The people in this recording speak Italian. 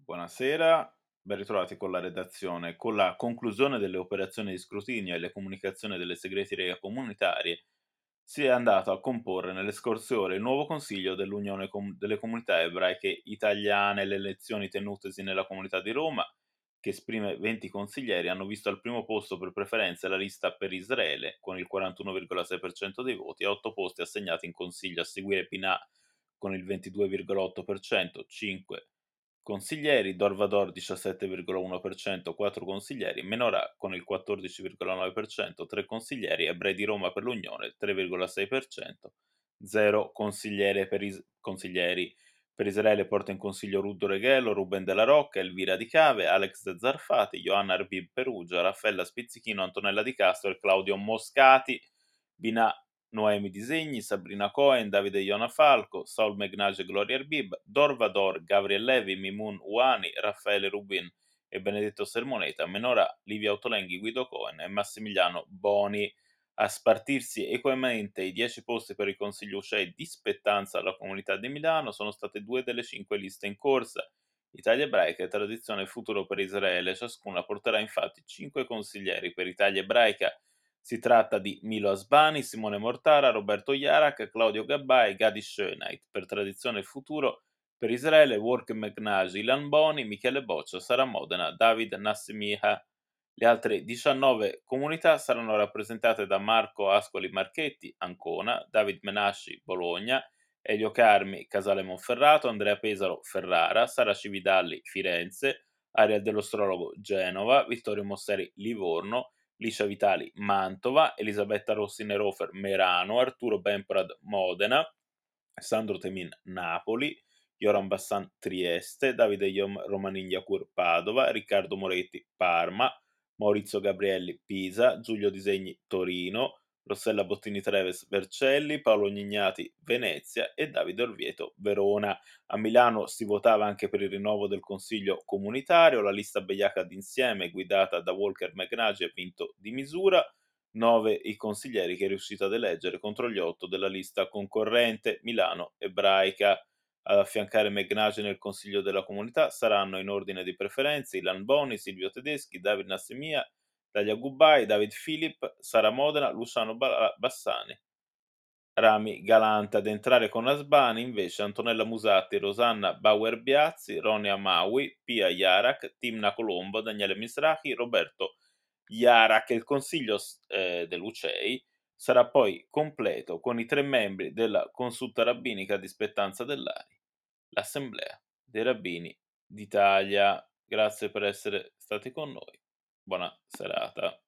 Buonasera, ben ritrovati con la redazione. Con la conclusione delle operazioni di scrutinio e le comunicazioni delle segreterie comunitarie, si è andato a comporre nelle scorse ore il nuovo Consiglio dell'Unione delle Comunità Ebraiche Italiane. Le elezioni tenutesi nella Comunità di Roma, che esprime 20 consiglieri, hanno visto al primo posto per preferenza la lista per Israele, con il 41,6% dei voti, e 8 posti assegnati in Consiglio, a seguire Pinà con il 22,8%, 5 consiglieri, Dor Vador 17,1%, 4 consiglieri, Menorà con il 14,9%, 3 consiglieri, Ebrei di Roma per l'Unione 3,6%, 0 consiglieri. Per Israele porta in consiglio Ruddo Reghello, Ruben Della Rocca, Elvira Di Cave, Alex De Zarfati, Johanna Arbib Perugia, Raffaella Spizzichino, Antonella Di Castro e Claudio Moscati. Binà Noemi Disegni, Sabrina Cohen, Davide Iona Falco, Saul Megnage e Gloria Erbib, Dor Vador, Gabriel Levi, Mimun Uani, Raffaele Rubin e Benedetto Sermoneta, Menorà, Livia Ottolenghi, Guido Cohen e Massimiliano Boni. A spartirsi equamente i 10 posti per il Consiglio UCEI di spettanza alla Comunità di Milano sono state 2 delle 5 liste in corsa. Italia Ebraica e Tradizione e Futuro per Israele, ciascuna porterà infatti 5 consiglieri. Per Italia Ebraica si tratta di Milo Asbani, Simone Mortara, Roberto Jarak, Claudio Gabbai, Gadi Schönheit. Per Tradizione e Futuro per Israele, Work Megnagi, Ilan Boni, Michele Boccia, Sara Modena, David Nassimiha. Le altre 19 comunità saranno rappresentate da Marco Ascoli Marchetti, Ancona, David Menasci, Bologna, Elio Carmi, Casale Monferrato, Andrea Pesaro, Ferrara, Sara Cividalli, Firenze, Ariel dell'Ostrologo, Genova, Vittorio Mosseri, Livorno, Licia Vitali, Mantova, Elisabetta Rossi Nerofer, Merano, Arturo Bemprad, Modena, Sandro Temin, Napoli, Joran Bassan, Trieste, Davide Romanin-Jacur, Padova, Riccardo Moretti, Parma, Maurizio Gabrielli, Pisa, Giulio Disegni, Torino, Rossella Bottini Treves, Vercelli, Paolo Gnignati, Venezia e Davide Orvieto, Verona. A Milano si votava anche per il rinnovo del Consiglio comunitario. La lista Bejaka d'Insieme, guidata da Walker Megnagi, ha vinto di misura. 9 i consiglieri che è riuscito ad eleggere contro gli 8 della lista concorrente Milano Ebraica. Ad affiancare Megnagi nel Consiglio della Comunità saranno, in ordine di preferenza, Ilan Boni, Silvio Tedeschi, David Nassimia, Dalia Gubbai, David Philip, Sara Modena, Luciano Bassani. Rami Galante. Ad entrare con Asbani invece Antonella Musatti, Rosanna Bauer-Biazzi, Ronia Maui, Pia Jarak, Timna Colombo, Daniele Misrachi, Roberto Jarak. Il consiglio dell'UCEI sarà poi completo con i 3 membri della Consulta Rabbinica di Spettanza dell'ARI, l'Assemblea dei Rabbini d'Italia. Grazie per essere stati con noi. Buona serata.